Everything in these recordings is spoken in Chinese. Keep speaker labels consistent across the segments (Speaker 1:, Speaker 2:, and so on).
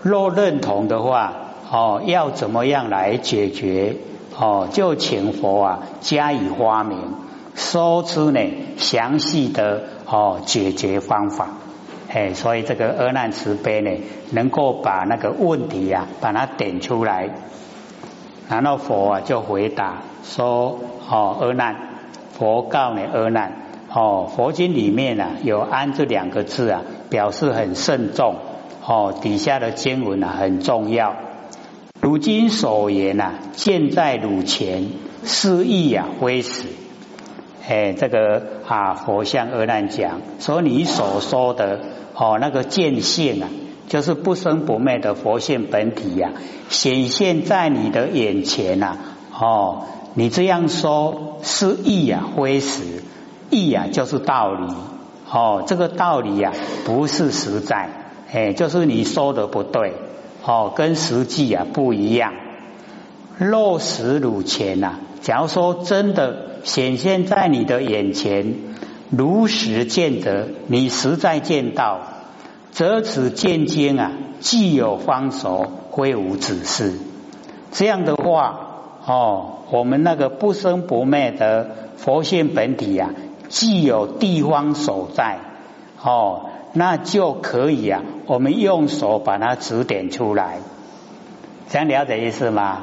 Speaker 1: 若认同的话，要怎么样来解决？就请佛啊加以发明，说出呢详细的解决方法。所以这个阿难慈悲呢，能够把那个问题啊，把它点出来。然后佛啊就回答说：阿难，佛告你阿难，佛经里面啊有安这两个字啊，表示很慎重。底下的经文啊很重要。如今所言啊，见在汝前，是意啊非实。这个佛向阿难讲说，你所说的那个见性啊，就是不生不灭的佛性本体啊，显现在你的眼前啊。你这样说是意啊非实，意啊就是道理。这个道理啊不是实在，就是你说的不对。跟实际啊不一样。若实汝前啊，假如说真的显现在你的眼前，如实见得，你实在见到，则此见经啊，既有方熟，非无指示。这样的话，我们那个不生不灭的佛性本体啊，既有地方所在，那就可以啊，我们用手把它指点出来。这样了解意思吗？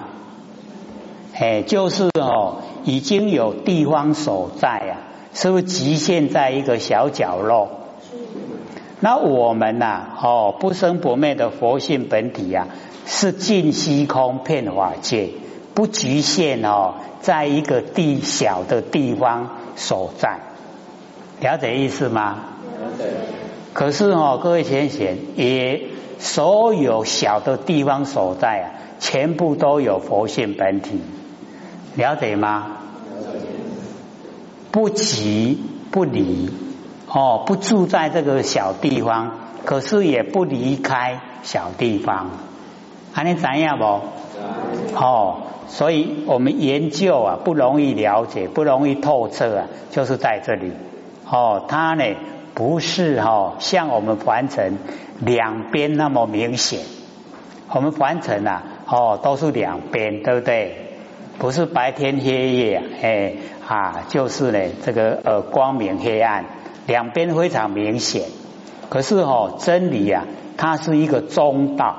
Speaker 1: 就是已经有地方所在啊，是不是局限在一个小角落？那我们不生不灭的佛性本体啊，是尽虚空遍法界，不局限在一个小的地方所在。了解意思吗？了解。可是各位贤贤，也所有小的地方所在啊，全部都有佛性本体，了解吗？了解。不即不离，不住在这个小地方，可是也不离开小地方，你知道不？所以我们研究啊不容易了解，不容易透彻啊，就是在这里。它呢不是像我们凡尘两边那么明显。我们凡尘啊都是两边，对不对？不是白天黑夜就是呢这个光明黑暗两边非常明显。可是真理啊，它是一个中道，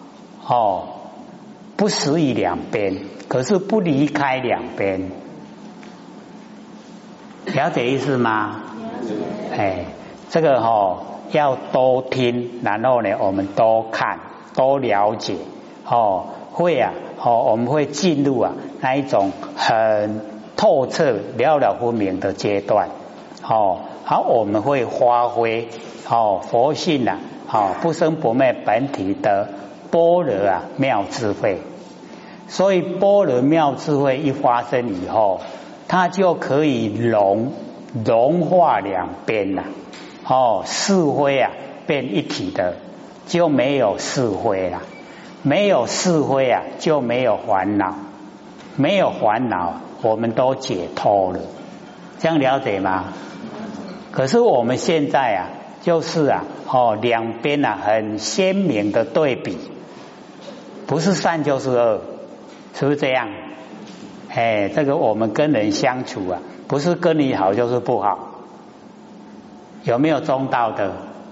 Speaker 1: 不实于两边，可是不离开两边。了解意思吗？这个要多听，然后呢我们多看多了解，会啊我们会进入啊那一种很透彻了了分明的阶段。好，我们会发挥佛性啊不生不灭本体的般若啊妙智慧。所以般若妙智慧一发生以后，它就可以融化两边了。是非啊变一体的，就没有是非了。没有是非啊，就没有烦恼。没有烦恼，我们都解脱了。这样了解吗？可是我们现在啊，就是两边啊很鲜明的对比，不是善就是恶，是不是这样？这个我们跟人相处啊，不是跟你好就是不好。有没有中道的？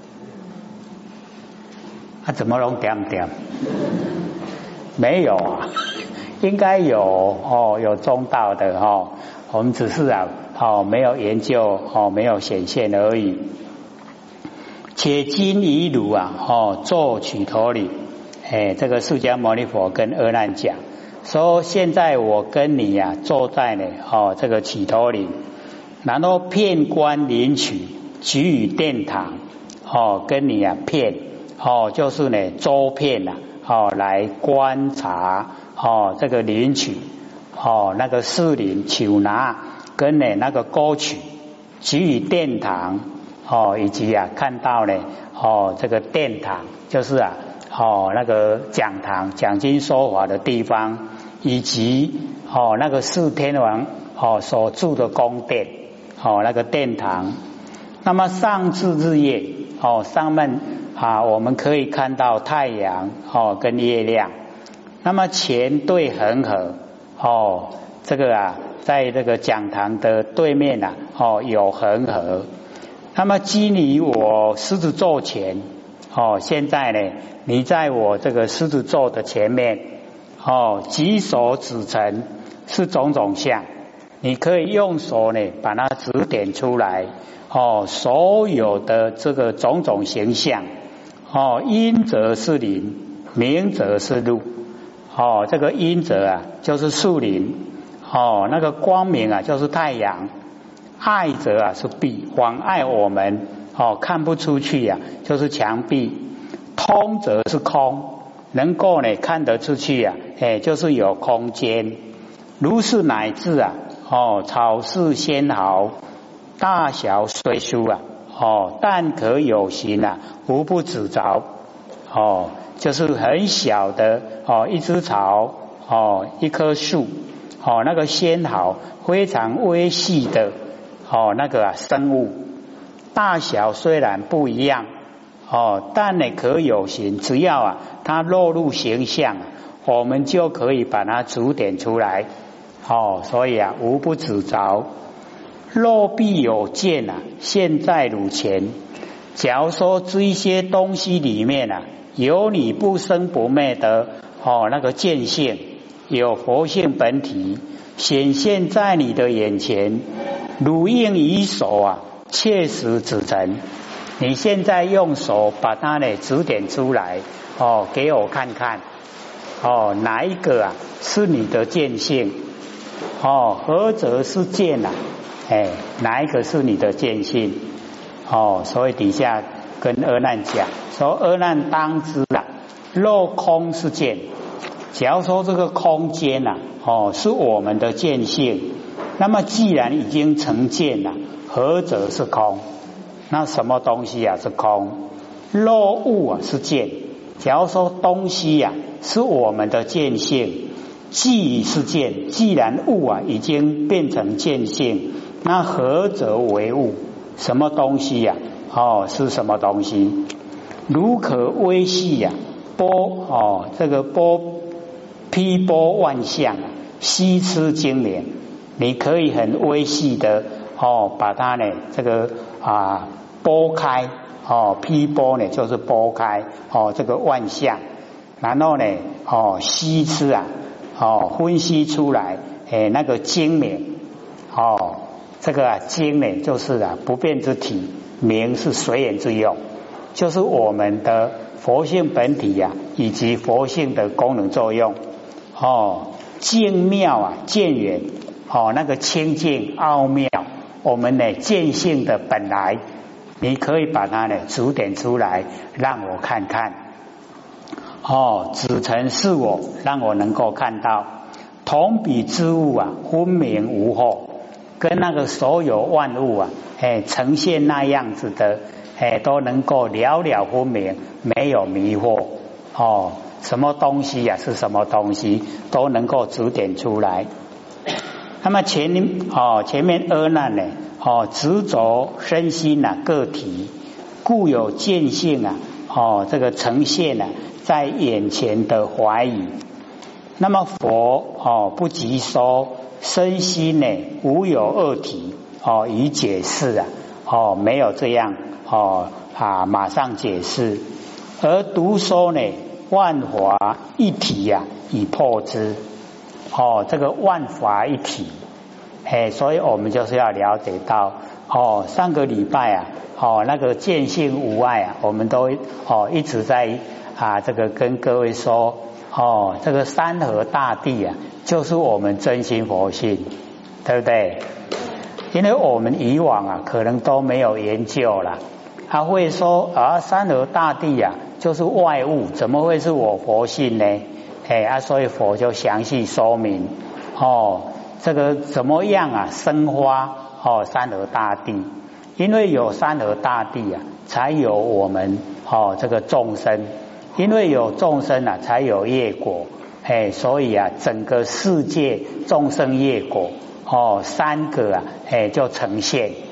Speaker 1: 怎么弄点点？没有啊，应该有有中道的我们只是没有研究没有显现而已。且今以汝啊做取陀里，这个释迦牟尼佛跟阿难讲说，现在我跟你坐在呢这个取陀里，然后遍观领取，给予殿堂跟你遍就是呢周遍来观察这个领取那个士林手拿跟呢那个沟曲，给予殿堂以及看到呢这个殿堂就是那个讲堂讲经说法的地方，以及那个四天王所住的宫殿那个殿堂。那么上至日夜上面我们可以看到太阳跟月亮。那么前对恒河这个在这个讲堂的对面有恒河。那么基于我狮子座前现在呢，你在我这个狮子座的前面举手指成是种种相，你可以用手呢把它指点出来所有的这个种种形象阴则是林，明则是路这个阴则就是树林那个光明就是太阳，爱则是壁，妨碍我们看不出去就是墙壁，通则是空，能够呢看得出去就是有空间。如是乃至草是纤毫，大小虽殊但可有形无不指着就是很小的一枝草一棵树那个纤毫非常微细的那个生物，大小虽然不一样但呢可有形，只要它落入形象，我们就可以把它指点出来所以无不指着。若必有见现在如前。假如说这一些东西里面有你不生不灭的那个见性，有佛性本体显现在你的眼前，如应以手切实指成。你现在用手把它呢指点出来给我看看哪一个是你的见性何则是见哪一个是你的见性所以底下跟阿难讲说，阿难当知若空是见。假如说这个空间是我们的见性，那么既然已经成见何则是空？那什么东西是空？若物是见。假如说东西是我们的见性，既是见，既然物已经变成见性，那何则为物？什么东西是什么东西？如可微细波这个波披波万象，悉知精明。你可以很微细的把它呢这个拨开披波呢就是拨开这个万象，然后呢悉知分析出来那个精明这个精呢就是不变之体，明是随缘之用，就是我们的佛性本体以及佛性的功能作用精妙见远那个清净奥妙，我们呢见性的本来，你可以把它呢指点出来让我看看指成是我，让我能够看到。同彼之物分明无惑，跟那个所有万物呈现那样子的都能够了了分明，没有迷惑什么东西是什么东西都能够指点出来。那么前面阿难呢执着身心个体，故有见性这个呈现在眼前的怀疑。那么佛不即说身心呢无有二体以解释没有这样马上解释，而独说呢万法一体以破之这个万法一体所以我们就是要了解到上个礼拜那个见性无碍我们都一直在这个跟各位说这个山河大地就是我们真心佛性，对不对？因为我们以往可能都没有研究了，他会说山河大地就是外物，怎么会是我佛性呢？所以佛就详细说明这个怎么样生花山河大地，因为有山河大地才有我们这个众生，因为有众生才有业果所以整个世界众生业果三个就呈现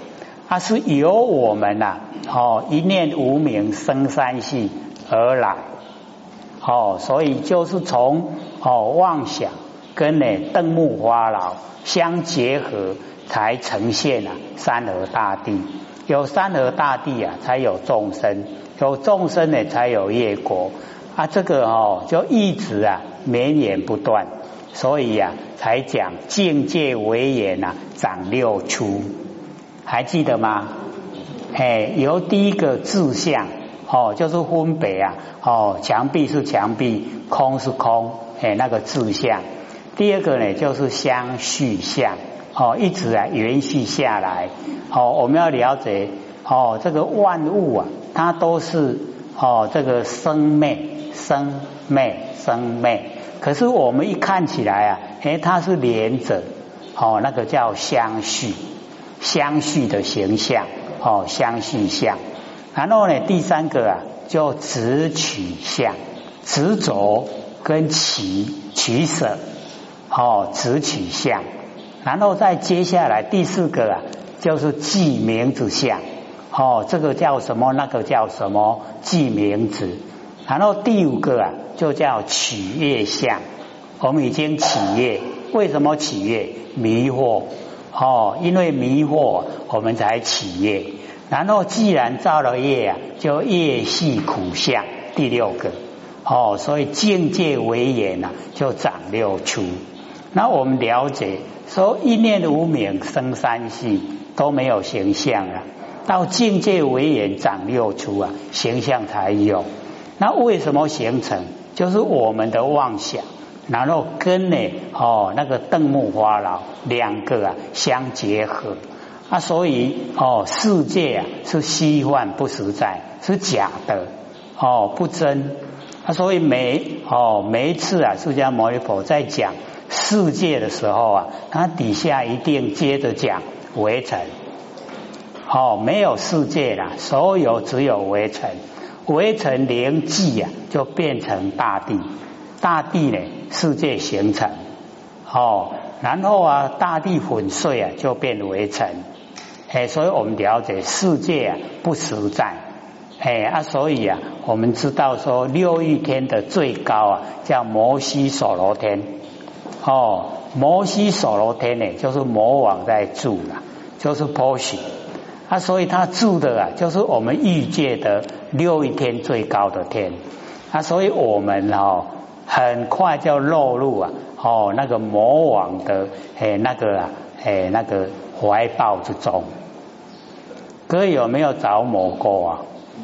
Speaker 1: 是由我们一念无明生三系而来，所以就是从妄想跟灯木花老相结合，才呈现山河大地。有山河大地才有众生，有众生才有业果这个就一直绵延不断，所以才讲境界为言长六出，还记得吗？由第一个志向就是分别墙壁是墙壁，空是空，那个志向。第二个呢就是相续相，一直延续下来。我们要了解这个万物它都是这个生灭生灭生灭，可是我们一看起来它是连着那个叫相续，相续的形象相续相。然后呢第三个就执取相，执着跟取舍执取相。然后再接下来第四个就是记名字相，这个叫什么那个叫什么，记名字。然后第五个就叫取业相，我们已经起业。为什么起业？迷惑因为迷惑我们才起业。然后既然造了业就业系苦相，第六个所以境界为言就长六出。那我们了解说一念无明生三系都没有形象了，到境界为言长六出形象才有。那为什么形成？就是我们的妄想，然后跟那个灯木花老两个相结合所以世界是虚幻不实在，是假的不真所以每一次释迦牟尼佛在讲世界的时候他底下一定接着讲微尘没有世界啦，所有只有微尘。微尘凝聚就变成大地，大地呢世界形成然后大地粉碎就变微尘所以我们了解世界不实在所以我们知道说六欲天的最高叫摩西所罗天摩西所罗天呢就是魔王在住了，就是波许所以他住的就是我们欲界的六欲天最高的天所以我们很快就落入那个魔王的那个怀抱之中。各位有没有着魔过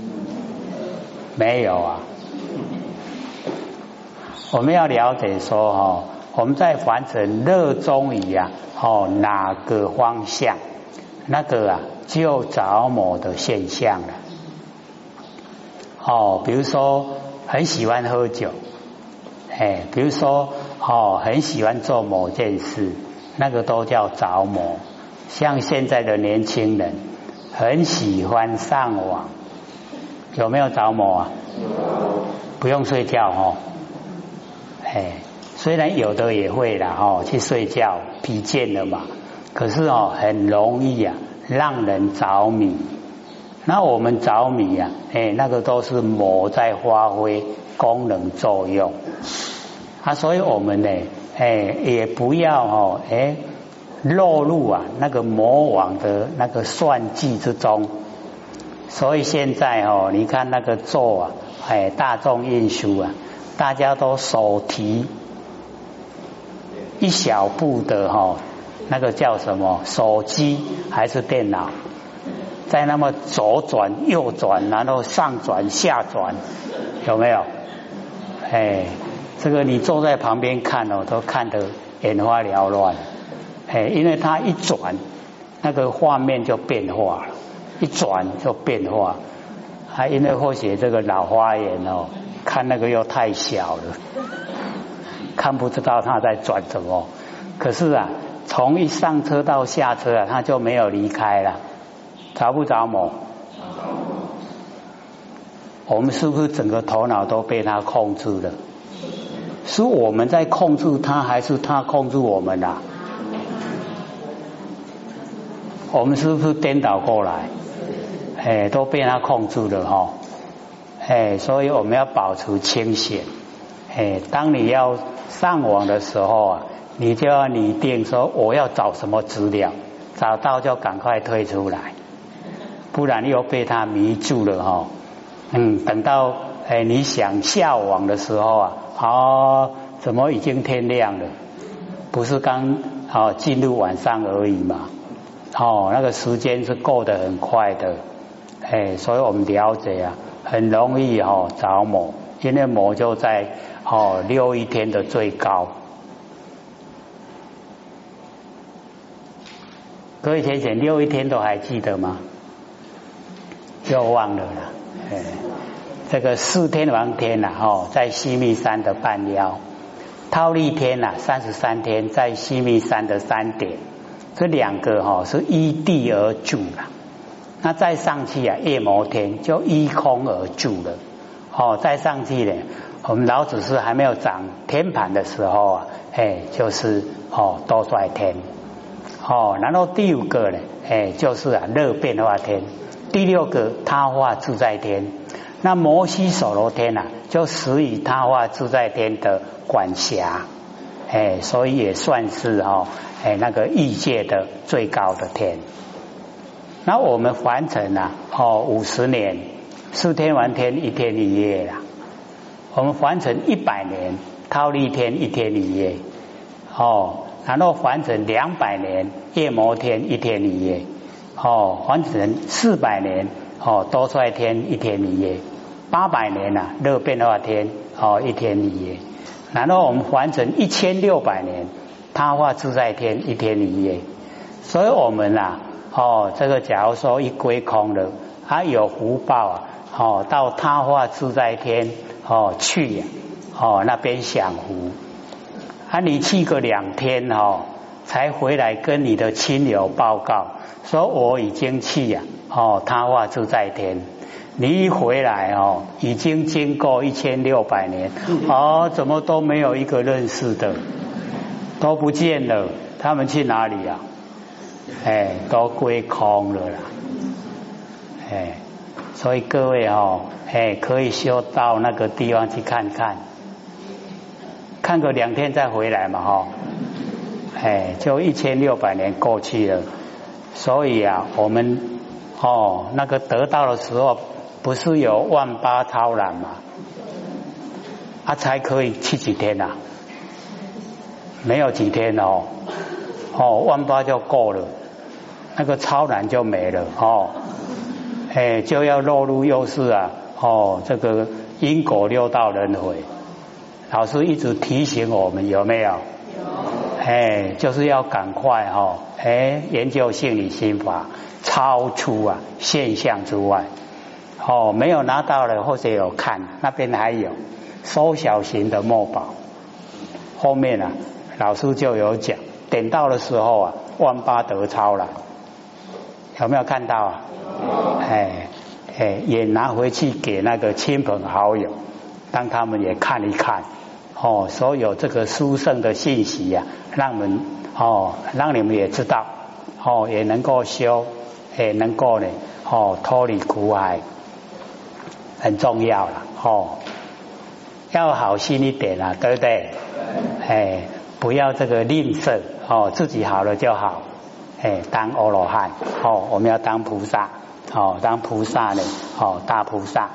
Speaker 1: 没有我们要了解说我们在凡尘热衷于哪个方向，那个就着魔的现象了比如说很喜欢喝酒比如说很喜欢做某件事，那个都叫着魔。像现在的年轻人很喜欢上网，有没有着魔不用睡觉虽然有的也会啦去睡觉疲倦了嘛，可是很容易让人着迷。那我们着迷那个都是魔在发挥功能作用所以我们呢也不要落入那个魔王的那个算计之中。所以现在你看那个做大众运输大家都手提一小部的那个叫什么手机还是电脑，在那么左转右转，然后上转下转，有没有这个你坐在旁边看都看得眼花缭乱因为它一转那个画面就变化了，一转就变化因为或许这个老花眼看那个又太小了，看不知道他在转什么。可是从一上车到下车他就没有离开了，着不着魔？我们是不是整个头脑都被他控制了？是我们在控制他，还是他控制我们我们是不是颠倒过来？都被他控制了哈。所以我们要保持清醒。当你要上网的时候啊，你就要拟定说我要找什么资料，找到就赶快退出来，不然又被他迷住了哈。等到你想下网的时候啊，怎么已经天亮了？不是刚进入晚上而已嘛。那个时间是过得很快的。所以我们了解啊，很容易着魔，因为魔就在六一天的最高。各位先生，六一天都还记得吗？又忘了啦。这个四天王天在西密山的半腰，忉利天33天在西密山的3点，这两个是依地而住啦。那再上去夜摩天就依空而住了。再上去呢，我们老子是还没有掌天盘的时候就是多衰天。然后第5个呢，就是乐变化天，第6个他化自在天。那摩西所罗天就属于他化自在天的管辖。所以也算是那个异界的最高的天。那我们凡尘50年4天王天1天1夜啦，我们凡尘100年忉利天1天1夜。然后凡尘200年夜摩天1天1夜。凡尘400年多衰天1天1夜。800年乐变化天1天1夜。然后我们凡尘1600年他化自在天1天1夜。所以我们这个假如说一归空了，有福报到他化自在天去那边享福。你去个2天才回来跟你的亲友报告说我已经去他化自在天。你一回来已经经过1600年怎么都没有一个认识的，都不见了，他们去哪里啊？都归空了啦。所以各位可以修到那个地方去看看，看个2天再回来嘛就1600年过去了。所以我们那个得到的时候不是有万八超然嘛？才可以去几天没有几天万八就够了，那个超然就没了就要落入又是这个因果6道轮回。老师一直提醒我们，有没有？有。就是要赶快研究性理心法，超出现象之外。没有拿到了，或者有看那边还有缩小型的墨宝，后面老师就有讲，点到的时候万八得超了，有没有看到也拿回去给那个亲朋好友，让他们也看一看所有这个殊胜的信息让你们也知道也能够修，也能够呢脱离苦海，很重要了要好心一点对不对？不要这个吝啬自己好了就好。当阿罗汉我们要当菩萨当菩萨呢大菩萨。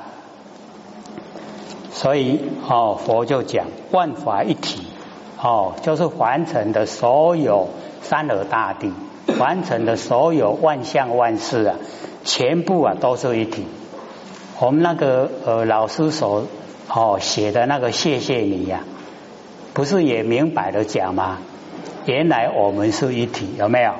Speaker 1: 所以佛就讲万法一体就是凡尘的所有山河大地，凡尘的所有万象万事全部都是一体。我们那个老师所写的那个谢谢你不是也明白的讲吗？原来我们是一体，有没有？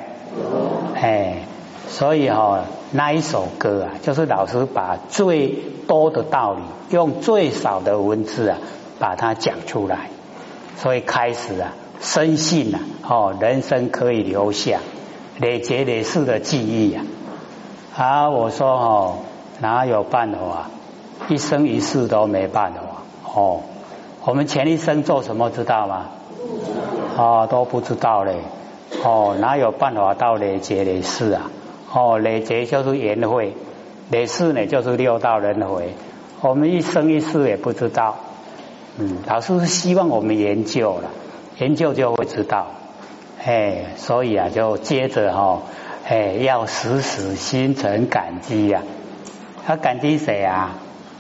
Speaker 1: 所以那一首歌就是老师把最多的道理用最少的文字把它讲出来，所以开始深信人生可以留下累劫累世的记忆我说哪有办法一生一世都没办法我们前一生做什么知道吗？都不知道嘞哪有办法到累劫累世累劫就是缘会，累世呢就是六道轮回，我们一生一世也不知道。老师是希望我们研究了，研究就会知道。所以啊，就接着要时时心存感激呀。要感激谁啊？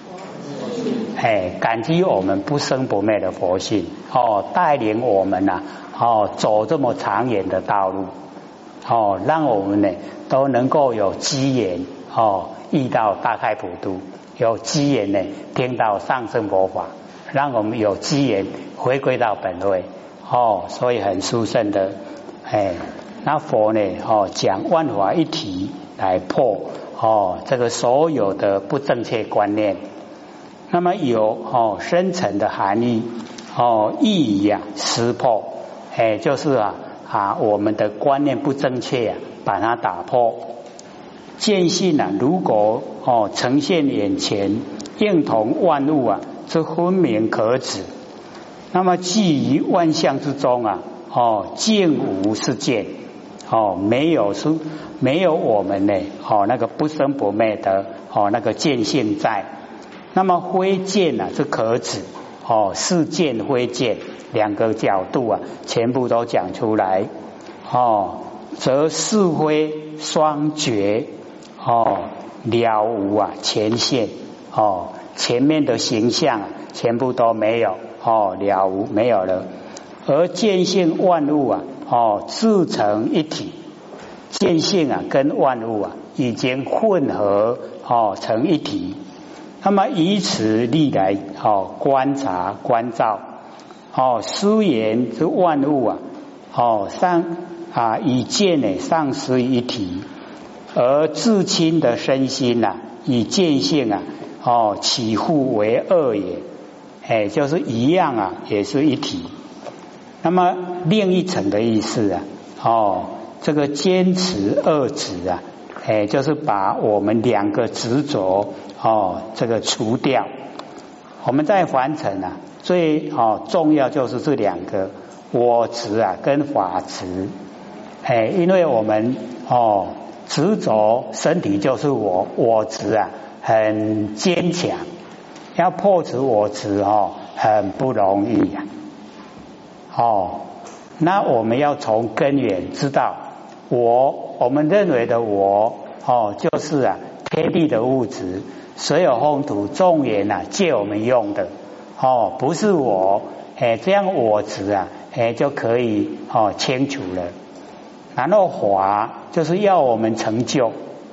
Speaker 1: 感激我们不生不灭的佛性带领我们走这么长远的道路让我们呢都能够有机缘遇到大开普度，有机缘呢听到上乘佛法，让我们有机缘回归到本位所以很殊胜的那佛呢讲万法一体来破这个所有的不正确观念。那么有深层的含义意义识破就是我们的观念不正确把它打破。见性如果呈现眼前，应同万物之分明可指。那么基于万象之中见无是见没有我们呢那个不生不灭的那个见性在。那么非见是可指是见非见两个角度全部都讲出来则是非双绝了无前现前面的形象全部都没有了无没有了。而见性万物自成一体，见性跟万物已经混合成一体。那么以此力来观察观照虽言之万物以见呢丧失一体，而至亲的身心以见性起互为二也就是一样也是一体。那么另一层的意思这个坚持二执就是把我们两个执着这个除掉。我们在凡尘最重要就是这两个我执跟法执因为我们执着身体就是我执很坚强，要破除我执很不容易那我们要从根源知道我们认为的我就是天地的物质，所有风土众缘借我们用的不是我这样我执就可以清除了。然后法就是要我们成就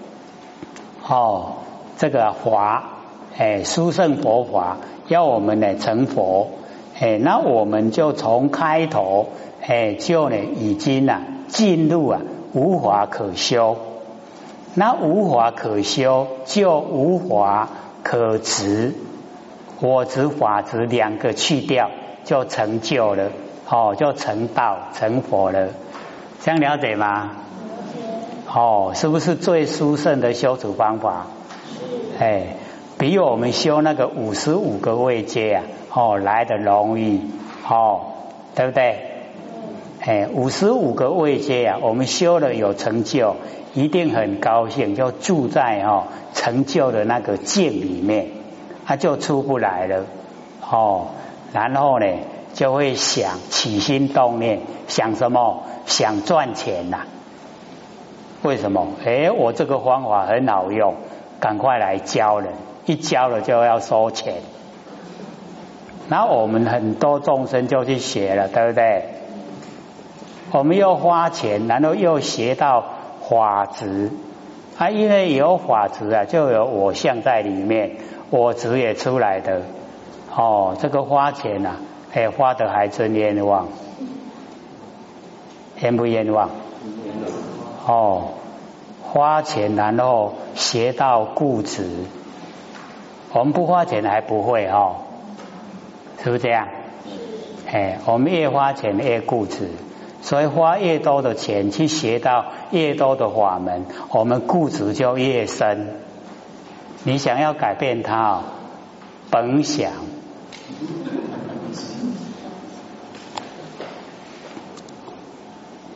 Speaker 1: 这个法殊胜佛法要我们呢成佛那我们就从开头就呢已经进入无法可修。那无法可修就无法可执，我执法执两个去掉就成就了就成道成佛了。这样了解吗？是不是最殊胜的修持方法？比我们修那个55个位阶来的容易对不对？55个位阶我们修了有成就，一定很高兴，就住在成就的那个境里面，他就出不来了然后呢就会想起心动念，想什么？想赚钱为什么？我这个方法很好用，赶快来教人，一教了就要收钱。然后我们很多众生就去学了，对不对？我们又花钱，然后又学到法执因为有法执就有我相在里面，我执也出来的这个花钱花得还真冤枉。冤不冤枉？花钱然后学到固执，我们不花钱还不会是不是这样？我们越花钱越固执，所以花越多的钱去学到越多的法门，我们固执就越深。你想要改变它甭想。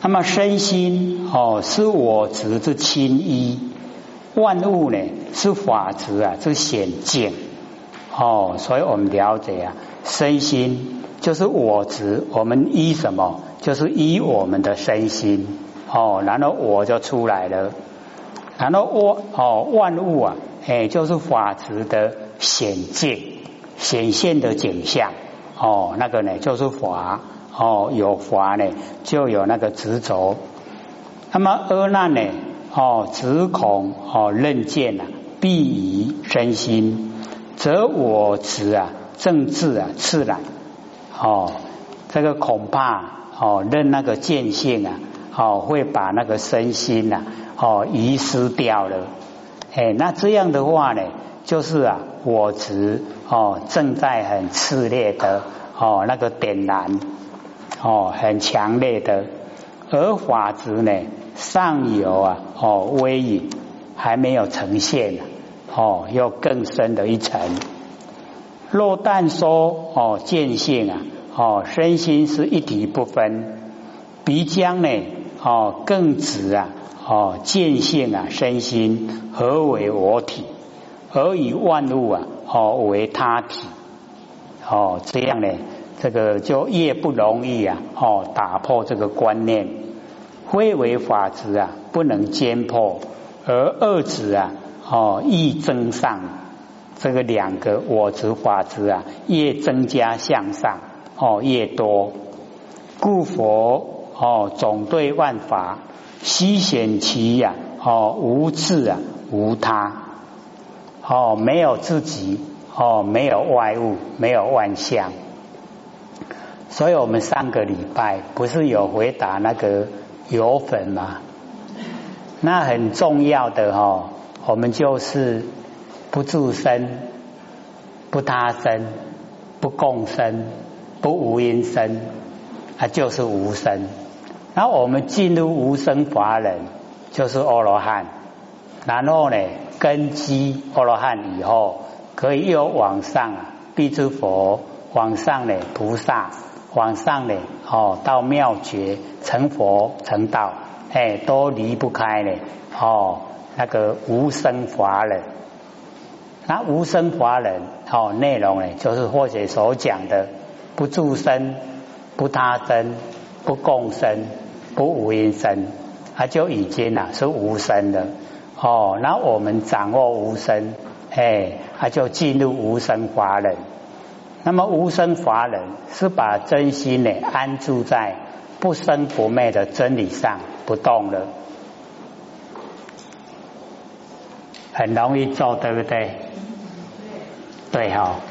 Speaker 1: 那么身心是我执之亲依，万物呢是法执啊之显见所以我们了解啊，身心就是我执，我们依什么？就是依我们的身心然后我就出来了，然后万物啊就是法执的显见，显现的景象那个呢就是法有法呢就有那个执着。那么阿难呢执恐认见啊必疑身心，则我执啊正智啊自然这个恐怕认那个见性啊会把那个身心啊遗失掉了。那这样的话呢，就是啊我执正在很炽烈的那个点燃很强烈的，而法执呢上游啊微影还没有呈现又更深的一层。若但说见性啊身心是一体不分，必将呢更指啊见性啊身心合为我体，而以万物啊为他体这样呢这个就越不容易打破这个观念，非为法执啊不能坚破，而二执亦增上，这个两个我执法执越增加向上越多。故佛总对万法悉显其无自无他没有自己没有外物，没有万象。所以我们上个礼拜不是有回答那个有粉吗？那很重要的我们就是不住身，不他身，不共生，不无因身就是无生。然后我们进入无生法忍，就是阿罗汉。然后呢根基阿罗汉以后，可以又往上必知佛，往上呢菩萨，往上呢到妙觉成佛成道都离不开呢那个无生法忍。那无生法忍内容呢就是或者所讲的不住身，不他身，不共生，不无因身就已经是无生了那我们掌握无生就进入无生法忍。那么无生法忍是把真心呢安住在不生不灭的真理上不动了，很容易做，对不对？对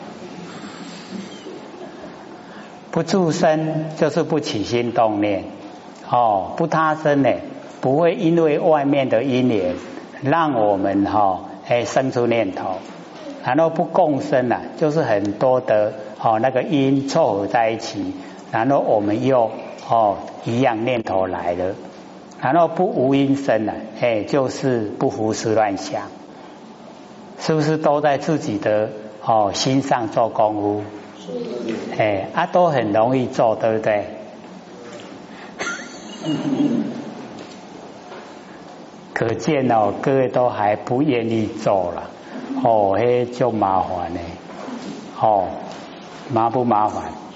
Speaker 1: 不住身就是不起心动念不他身呢不会因为外面的因缘让我们生出念头。然后不共生就是很多的那个因凑合在一起，然后我们又一样念头来了。然后不无因生就是不胡思乱想，是不是都在自己的心上做功夫？都很容易做，对不对？可见各位都还不愿意做了就麻烦呢麻不麻烦？